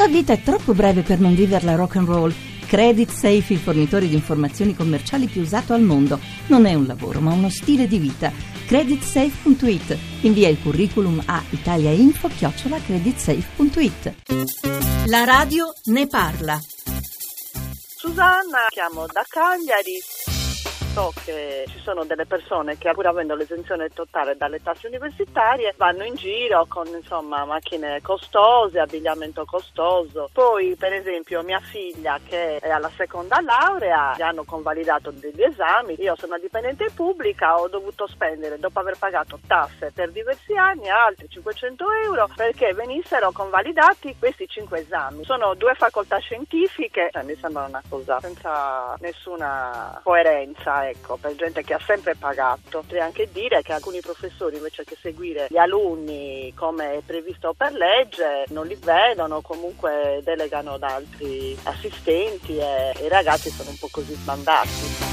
La vita è troppo breve per non viverla rock and roll. Credit Safe, il fornitore di informazioni commerciali più usato al mondo. Non è un lavoro, ma uno stile di vita. Creditsafe.it. Invia il curriculum a italiainfo@creditsafe.it. La radio ne parla. Susanna, chiamo da Cagliari. So che ci sono delle persone che, pur avendo l'esenzione totale dalle tasse universitarie, vanno in giro con macchine costose, abbigliamento costoso. Poi, per esempio, mia figlia che è alla seconda laurea, gli hanno convalidato degli esami. Io sono dipendente pubblica, ho dovuto spendere, dopo aver pagato tasse per diversi anni, altri 500 euro perché venissero convalidati questi 5 esami. Sono 2 facoltà scientifiche, mi sembra una cosa senza nessuna coerenza. Ecco, per gente che ha sempre pagato. Potrei anche dire che alcuni professori, invece che seguire gli alunni come è previsto per legge, non li vedono, comunque delegano da altri assistenti e i ragazzi sono un po' così sbandati.